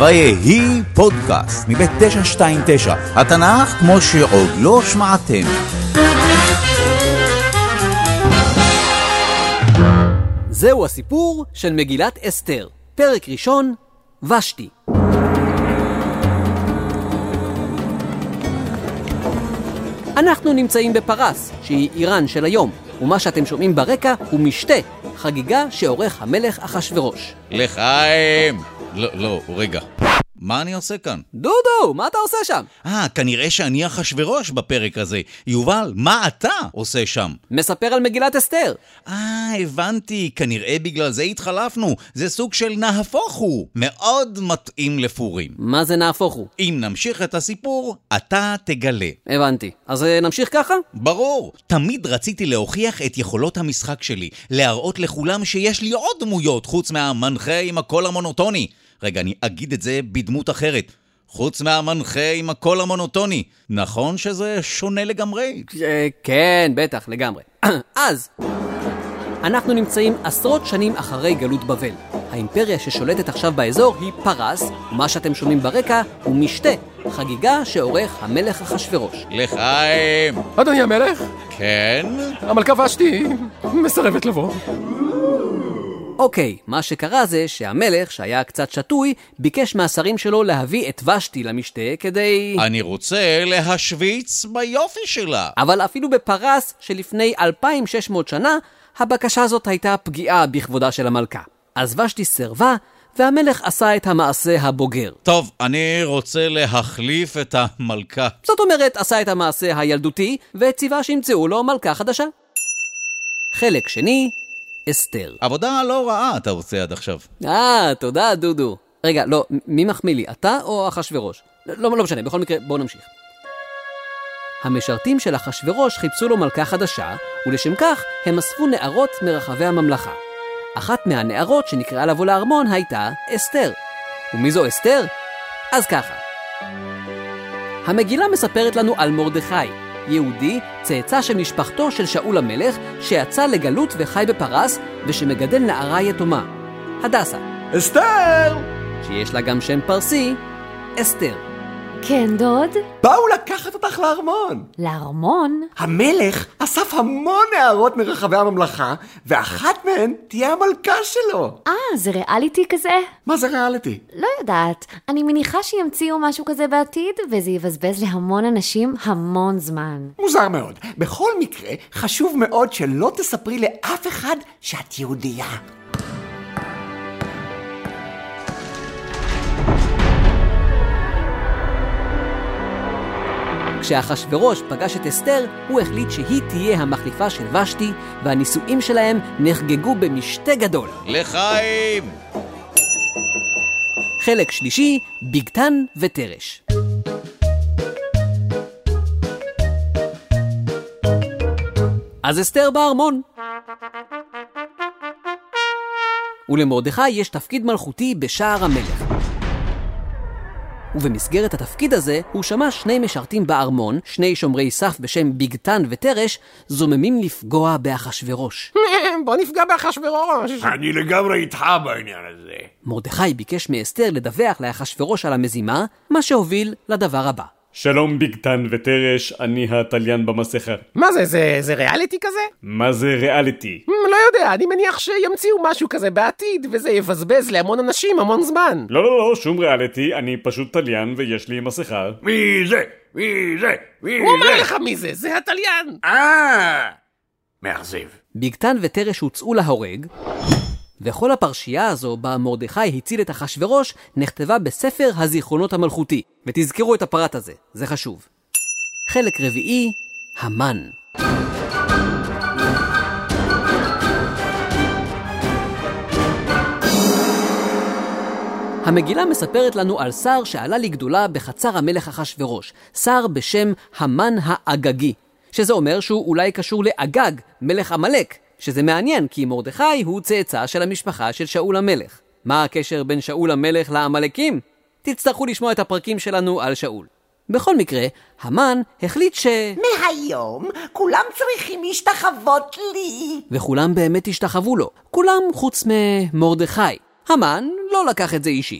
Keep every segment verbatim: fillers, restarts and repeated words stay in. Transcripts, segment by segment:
ויהי פודקאסט מבית תשע שתיים תשע, התנ"ך כמו שעוד לא שמעתם. זהו הסיפור של מגילת אסתר, פרק ראשון, ושתי. אנחנו נמצאים בפרס, שהיא איראן של היום, ומה שאתם שומעים ברקע הוא משתה, חגיגה שעורך המלך אחשוורוש. לחיים! לא, לא, רגע. מה אני עושה כאן? דודו, מה אתה עושה שם? אה, כנראה שאני אחשוורוש בפרק הזה. יובל, מה אתה עושה שם? מספר על מגילת אסתר. אה, הבנתי, כנראה בגלל זה התחלפנו. זה סוג של נהפוך הוא. מאוד מתאים לפורים. מה זה נהפוך הוא? אם נמשיך את הסיפור, אתה תגלה. הבנתי. אז נמשיך ככה? ברור. תמיד רציתי להוכיח את יכולות המשחק שלי. להראות לכולם שיש לי עוד דמויות חוץ מהמנחה עם הקול המונוטוני. רגע, אני אגיד את זה בדמות אחרת. חוץ מהמנחה עם הקול המונוטוני. נכון שזה שונה לגמרי? כן, בטח, לגמרי. אז, אנחנו נמצאים עשרות שנים אחרי גלות בבל. האימפריה ששולטת עכשיו באזור היא פרס, ומה שאתם שומעים ברקע הוא משתה, חגיגה שעורך המלך אחשוורוש. לחיים! אדוני המלך? כן? המלכה ושתי מסרבת לבוא. אוקיי, מה שקרה זה שהמלך, שהיה קצת שטוי, ביקש מהשרים שלו להביא את ושתי למשתה כדי... אני רוצה להשוויץ ביופי שלה. אבל אפילו בפרס שלפני אלפיים ושש מאות שנה, הבקשה הזאת הייתה פגיעה בכבודה של המלכה. אז ושתי סרבה, והמלך עשה את המעשה הבוגר. טוב, אני רוצה להחליף את המלכה. זאת אומרת, עשה את המעשה הילדותי, וציווה שימצאו לו מלכה חדשה. חלק שני, אסתר. עבודה לא רעה אתה עושה עד עכשיו. אה, תודה דודו. רגע, לא, מי מחמיא לי? אתה או אחשוורוש? לא, לא משנה, בכל מקרה, בואו נמשיך. המשרתים של אחשוורוש חיפשו לו מלכה חדשה, ולשם כך הם אספו נערות מרחבי הממלכה. אחת מהנערות שנקראה לבוא לארמון הייתה אסתר. ומי זו אסתר? אז ככה. המגילה מספרת לנו על מרדכי, יהודי, צאצא של משפחתו של שאול המלך, שיצא לגלות וחי בפרס, ושמגדל נערה יתומה, הדסה. אסתר! שיש לה גם שם פרסי, אסתר. כן, דוד? באו לקחת אותך לארמון. לארמון? המלך אסף המון נערות מרחבי הממלכה, ואחת מהן תהיה המלכה שלו. אה, זה ריאליטי כזה? מה זה ריאליטי? לא יודעת. אני מניחה שימציאו משהו כזה בעתיד, וזה יבזבז להמון אנשים המון זמן. מוזר מאוד. בכל מקרה, חשוב מאוד שלא תספרי לאף אחד שאת יהודייה. כשאחשוורוש פגש את אסתר, הוא החליט שהיא תהיה המחליפה של ושתי, והנישואים שלהם נחגגו במשתה גדול. לחיים! חלק שלישי, בגתן ותרש. אז אסתר בארמון. ולמרדכי יש תפקיד מלכותי בשער המלך. ובמסגרת התפקיד הזה הוא שמע שני משרתים בארמון, שני שומרי סף בשם בגתן ותרש, זוממים לפגוע באחשוורוש. בוא נפגע באחשוורוש. אני לגמרי איתך בעניין הזה. מרדכי ביקש מאסתר לדווח לאחשוורוש על המזימה, מה שהוביל לדבר הבא. שלום בגתן ותרש, אני התליין במסכה. מה זה, זה, זה ריאליטי כזה? מה זה ריאליטי? לא יודע, אני מניח שימציאו משהו כזה בעתיד, וזה יבזבז להמון אנשים המון זמן. לא, לא, לא, שום ריאליטי, אני פשוט תליין ויש לי מסכה. מי זה? מי זה? מי זה? הוא אומר לך מי זה, זה התליין. אה, מאכזב. בגתן ותרש הוצאו להורג, וכל הפרשייה הזו בה מרדכי הציל את אחשוורוש נכתבה בספר הזיכרונות המלכותי. ותזכרו את הפרט הזה, זה חשוב. חלק רביעי, המן. המגילה מספרת לנו על שר שעלה לגדולה בחצר המלך אחשוורוש, שר בשם המן האגגי, שזה אומר שהוא אולי קשור לאגג, מלך עמלק, שזה מעניין כי מרדכי הוא צאצא של המשפחה של שאול המלך. מה הקשר בין שאול המלך לעמלקים? תצטרכו לשמוע את הפרקים שלנו על שאול. בכל מקרה, המן החליט ש... מהיום כולם צריכים להשתחוות לי. וכולם באמת השתחוו לו, כולם חוץ ממרדכי. המן לא לקח את זה אישית. אוקיי.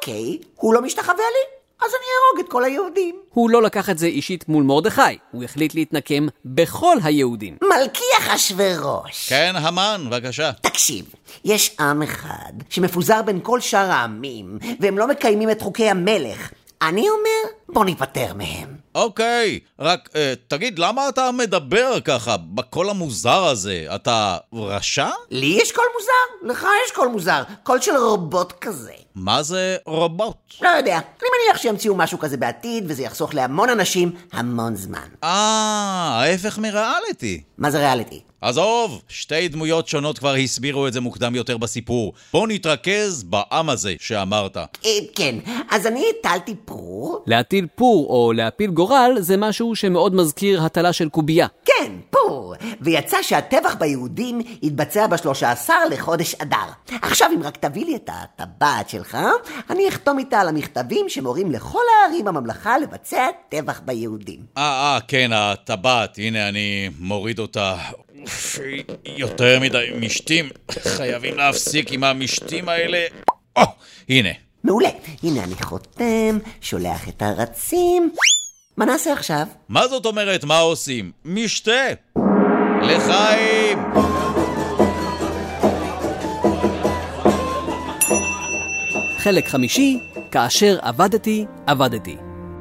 אוקיי, הוא לא משתחווה לי? אז אני ארוג את כל היהודים. הוא לא לקח את זה אישית מול מרדכי, הוא החליט להתנקם בכל היהודים. מלכי אחשוורוש. כן, המן, בבקשה. תקשיב, יש עם אחד שמפוזר בין כל שאר העמים, והם לא מקיימים את חוקי המלך. אני אומר, בוא ניפטר מהם. אוקיי, רק uh, תגיד, למה אתה מדבר ככה, בקול המוזר הזה? אתה רשע? לי יש קול מוזר? לך יש קול מוזר. קול של רובוט כזה. מה זה רובוט? לא יודע, אני מניח שימציאו משהו כזה בעתיד, וזה יחסוך להמון אנשים המון זמן. אה, ההפך מריאליטי. מה זה ריאליטי? עזוב, שתי דמויות שונות כבר הסבירו את זה מוקדם יותר בסיפור. בוא נתרכז בעם הזה שאמרת. אה, כן, אז אני הטלתי פור. להטיל פור או להפיל גורל זה משהו שמאוד מזכיר הטלה של קובייה. כן, פור. ויצא שהטבח ביהודים יתבצע בשלושה עשר לחודש אדר. עכשיו אם רק תביא לי את הטבעת שלך, אני אחתום איתה על המכתבים שמורים לכל הערים בממלכה לבצע טבח ביהודים. אה, אה, כן, הטבעת, הנה אני מוריד אותה. יותר מדי משתים, חייבים להפסיק עם המשתים האלה. או, הנה. מעולה, הנה אני חותם, שולח את הרצים. מה נעשה עכשיו? מה זאת אומרת, מה עושים? משתה! לחיים! חלק חמישי, כאשר עבדתי, עבדתי.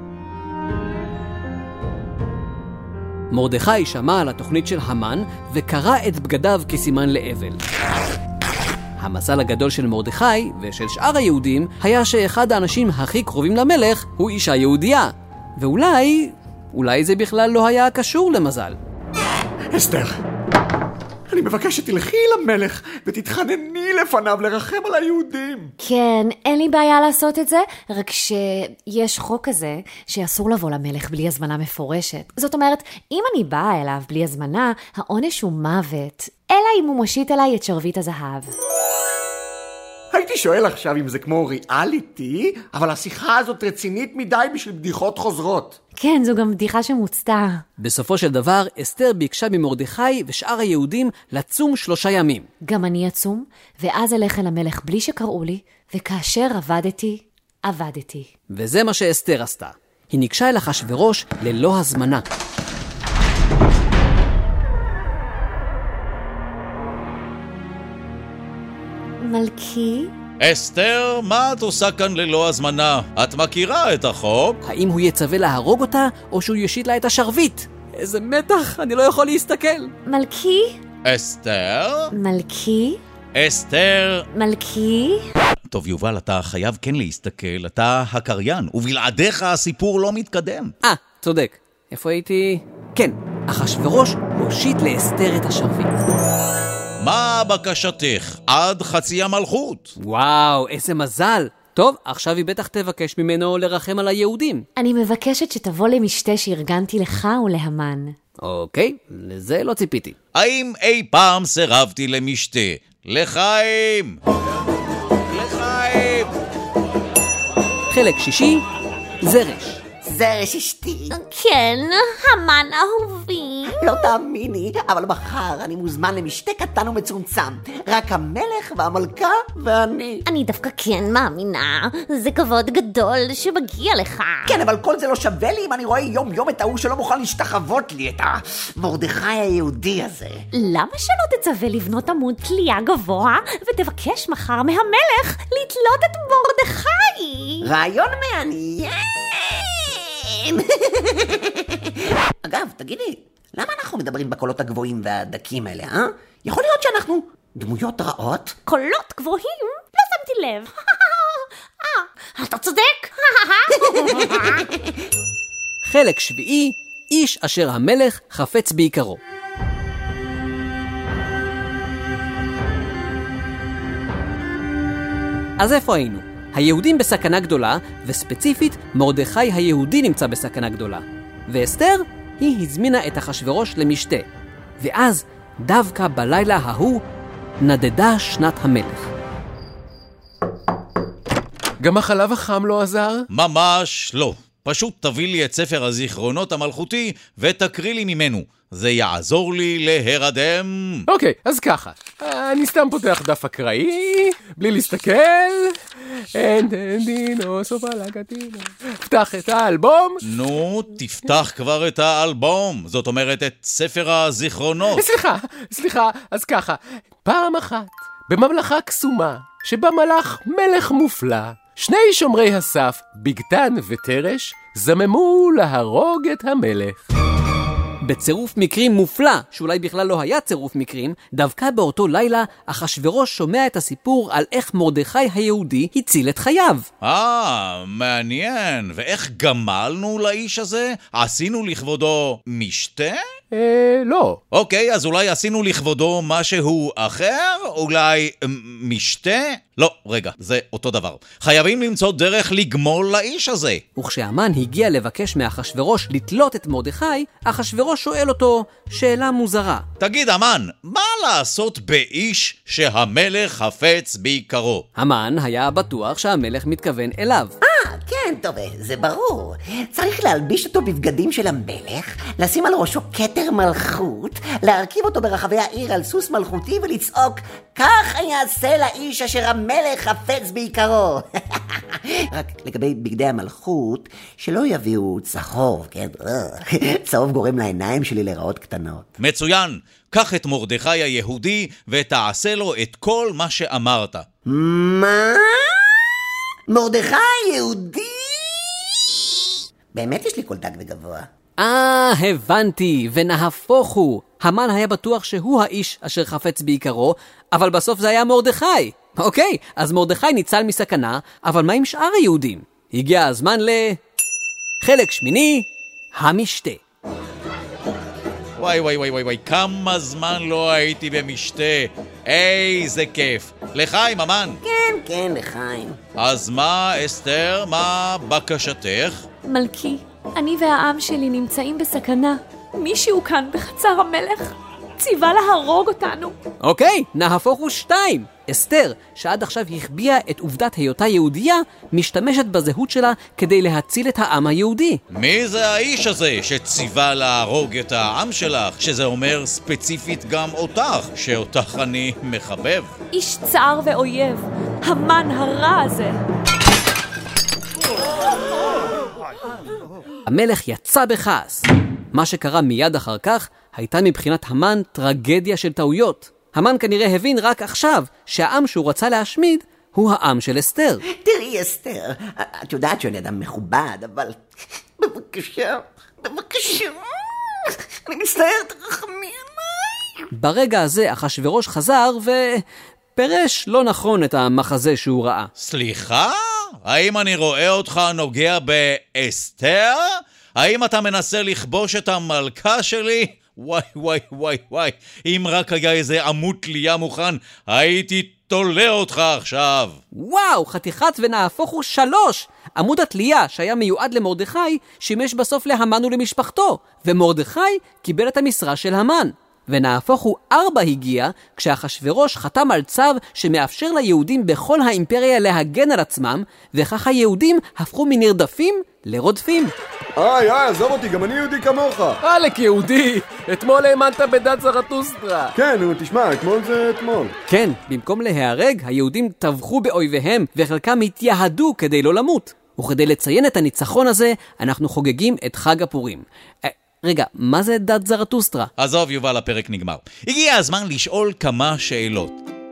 מרדכי שמע על התוכנית של המן וקרא את בגדיו כסימן לאבל. המזל הגדול של מרדכי ושל שאר היהודים היה שאחד האנשים הכי קרובים למלך הוא אישה יהודייה. ואולי, אולי זה בכלל לא היה קשור למזל. אסתר, אני מבקש שתלכי למלך ותתחנני לפניו לרחם על היהודים. כן, אין לי בעיה לעשות את זה, רק שיש חוק כזה שאסור לבוא למלך בלי הזמנה מפורשת. זאת אומרת, אם אני באה אליו בלי הזמנה, העונש הוא מוות, אלא אם הוא מושיט אליי את שרביט הזהב. הייתי שואל עכשיו אם זה כמו ריאליטי, אבל השיחה הזאת רצינית מדי בשביל בדיחות חוזרות. כן, זו גם בדיחה שמוצתה. בסופו של דבר, אסתר ביקשה ממרדכי ושאר היהודים לצום שלושה ימים. גם אני אצום, ואז אלך אל המלך בלי שקראו לי, וכאשר עבדתי, עבדתי. וזה מה שאסתר עשתה. היא ניגשה אל אחשוורוש ללא הזמנה. מלכי? אסתר, מה את עושה כאן ללא הזמנה? את מכירה את החוק? האם הוא יצווה להרוג אותה, או שהוא ישיט לה את השרביט? איזה מתח, אני לא יכול להסתכל. מלכי? אסתר? מלכי? אסתר? מלכי? טוב, יובל, אתה חייב כן להסתכל, אתה הקריין, ובלעדיך הסיפור לא מתקדם. אה, צודק. איפה הייתי? כן, אחשוורוש הושיט לאסתר את השרביט. מה בקשתך? עד חצי המלכות. וואו, איזה מזל. טוב, עכשיו היא בטח תבקש ממנו לרחם על היהודים. אני מבקשת שתבוא למשתה שארגנתי לך ולהמן. אוקיי, לזה לא ציפיתי. האם אי פעם סירבתי למשתה? לחיים! לחיים! חלק שישי, זרש. זרש אשתי. כן, המן אהובי. לא תאמיני, אבל מחר אני מוזמן למשתה קטן ומצומצם. רק המלך והמלכה ואני. אני דווקא כן מאמינה. זה כבוד גדול שמגיע לך. כן, אבל כל זה לא שווה לי אם אני רואה יום יום את ההוא שלא מוכן להשתחוות לי, את המרדכי היהודי הזה. למה שלא תצווה לבנות עמוד תלייה גבוה ותבקש מחר מהמלך לתלות את מרדכי? רעיון מעניין. אגב, תגידי, למה אנחנו מדברים בקולות הגבוהים והדקים האלה, אה? יכול להיות שאנחנו דמויות רעות? קולות גבוהים? לא שמתי לב. אה, אתה צודק. חלק שביעי, איש אשר המלך חפץ בעיקרו. אז איפה היינו? היהודים בסכנה גדולה, וספציפית מרדכי היהודי נמצא בסכנה גדולה. ואסתר, היא הזמינה את אחשוורוש למשתה. ואז, דווקא בלילה ההוא, נדדה שנת המלך. גם החלב החם לא עזר? ממש לא. פשוט תביא לי את ספר הזיכרונות המלכותי ותקריא לי ממנו. זה יעזור לי להירדם. אוקיי, אז ככה. אני סתם פותח דף אקראי, בלי להסתכל. אין אין דינו, סופה לקטינו. פתח את האלבום. נו, תפתח כבר את האלבום. זאת אומרת, את ספר הזיכרונות. סליחה, סליחה, אז ככה. פעם אחת, בממלכה קסומה, שבה מלך מלך מופלא, שני שומרי הסף, בגתן ותרש, זממו להרוג את המלך. בצירוף מקרים מופלא, שאולי בכלל לא היה צירוף מקרים, דווקא באותו לילה, אחשוורוש שומע את הסיפור על איך מרדכי היהודי הציל את חייו. אה, מעניין. ואיך גמלנו לאיש הזה? עשינו לכבודו משתה? אה, לא. אוקיי, אז אולי עשינו לכבודו משהו אחר? אולי משתה? לא, רגע, זה אותו דבר. חייבים למצוא דרך לגמול לאיש הזה. וכשהמן הגיע לבקש מאחשוורוש לתלות את מרדכי, אחשוורוש שואל אותו שאלה מוזרה. תגיד, המן, מה לעשות באיש שהמלך חפץ בעיקרו? המן היה בטוח שהמלך מתכוון אליו. אה, כן, טוב, זה ברור. צריך להלביש אותו בבגדים של המלך, לשים על ראשו כתר מלכות, להרכיב אותו ברחבי העיר על סוס מלכותי ולצעוק, כך אני אעשה לאיש אשר המלך חפץ בעיקרו. רק לגבי בגדי המלכות, שלא יביאו צהוב, כן? צהוב גורם לעיניים שלי להיראות קטנות. מצוין, קח את מרדכי היהודי ותעשה לו את כל מה שאמרת. מה? מרדכי יהודי? באמת יש לי קול דק וגבוה. אה, הבנתי, ונהפוך הוא. המן היה בטוח שהוא האיש אשר חפץ בעיקרו, אבל בסוף זה היה מרדכי. אוקיי, אז מרדכי ניצל מסכנה, אבל מה עם שאר היהודים? הגיע הזמן ל... חלק שמיני, המשתה. וואי וואי וואי וואי וואי, כמה זמן לא הייתי במשתה. איזה כיף. לחיים, אמן. כן, כן, לחיים. אז מה, אסתר, מה בקשתך? מלכי, אני והעם שלי נמצאים בסכנה. מישהו כאן בחצר המלך ציווה להרוג אותנו. אוקיי, נהפוך הוא שתיים. אסתר, שעד עכשיו החביאה את עובדת היותה יהודייה, משתמשת בזהות שלה כדי להציל את העם היהודי. מי זה האיש הזה שציווה להרוג את העם שלך? שזה אומר ספציפית גם אותך, שאותך אני מחבב. איש צער ואויב, המן הרע הזה. המלך יצא בכעס. מה שקרה מיד אחר כך הייתה מבחינת המן טרגדיה של טעויות. המן כנראה הבין רק עכשיו שהעם שהוא רצה להשמיד הוא העם של אסתר. תראי אסתר, את יודעת שאני אדם מכובד, אבל בבקשה, בבקשה, אני מצטער, תרחמי עליי. ברגע הזה אחשוורוש חזר ופרש לא נכון את המחזה שהוא ראה. סליחה? האם אני רואה אותך נוגע באסתר? האם אתה מנסה לכבוש את המלכה שלי? וואי וואי וואי וואי, אם רק היה איזה עמוד תלייה מוכן, הייתי תולה אותך עכשיו. וואו, חתיכת ונהפוך הוא שלוש. עמוד התלייה שהיה מיועד למרדכי שימש בסוף להמן ולמשפחתו, ומרדכי קיבל את המשרה של המן. ונהפוך הוא ארבע הגיע כשאחשוורוש חתם על צו שמאפשר ליהודים בכל האימפריה להגן על עצמם, וכך היהודים הפכו מנרדפים לרודפים. איי, איי, עזוב אותי, גם אני יהודי כמוך. אלק יהודי, אתמול האמנת בדת זרטוסטרה. כן, נו, תשמע, אתמול זה אתמול. כן, במקום להיהרג, היהודים טבחו באויביהם, וחלקם התייהדו כדי לא למות. וכדי לציין את הניצחון הזה, אנחנו חוגגים את חג הפורים. רגע, מה זה דת זרטוסטרה? עזוב, יובל, הפרק נגמר. הגיע הזמן לשאול כמה שאלות.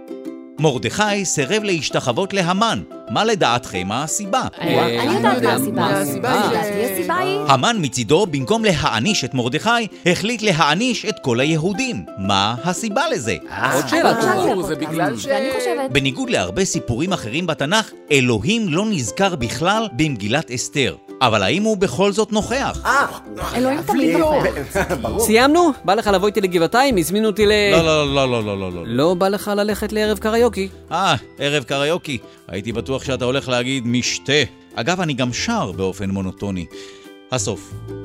מרדכי סירב להשתחוות להמן. מה לדעתכם הסיבה? אני יודעת מה הסיבה. לדעתי הסיבה היא... המן מצידו, במקום להעניש את מרדכי, החליט להעניש את כל היהודים. מה הסיבה לזה? עוד שאלה, זה בגלל ש... ואני חושבת... בניגוד להרבה סיפורים אחרים בתנ"ך, אלוהים לא נזכר בכלל במגילת אסתר. אבל האם הוא בכל זאת נוכח? אלוהים תמיד נוכח. סיימנו? בא לך לבוא איתי לגבעתיים? הזמינו אותי ל... לא, לא, לא, לא, לא, לא, לא. לא בא לך ללכת לערב קריוקי? אה, ערב קריוקי. הייתי בטוח שאתה הולך להגיד משתה. אגב, אני גם שר באופן מונוטוני. הסוף.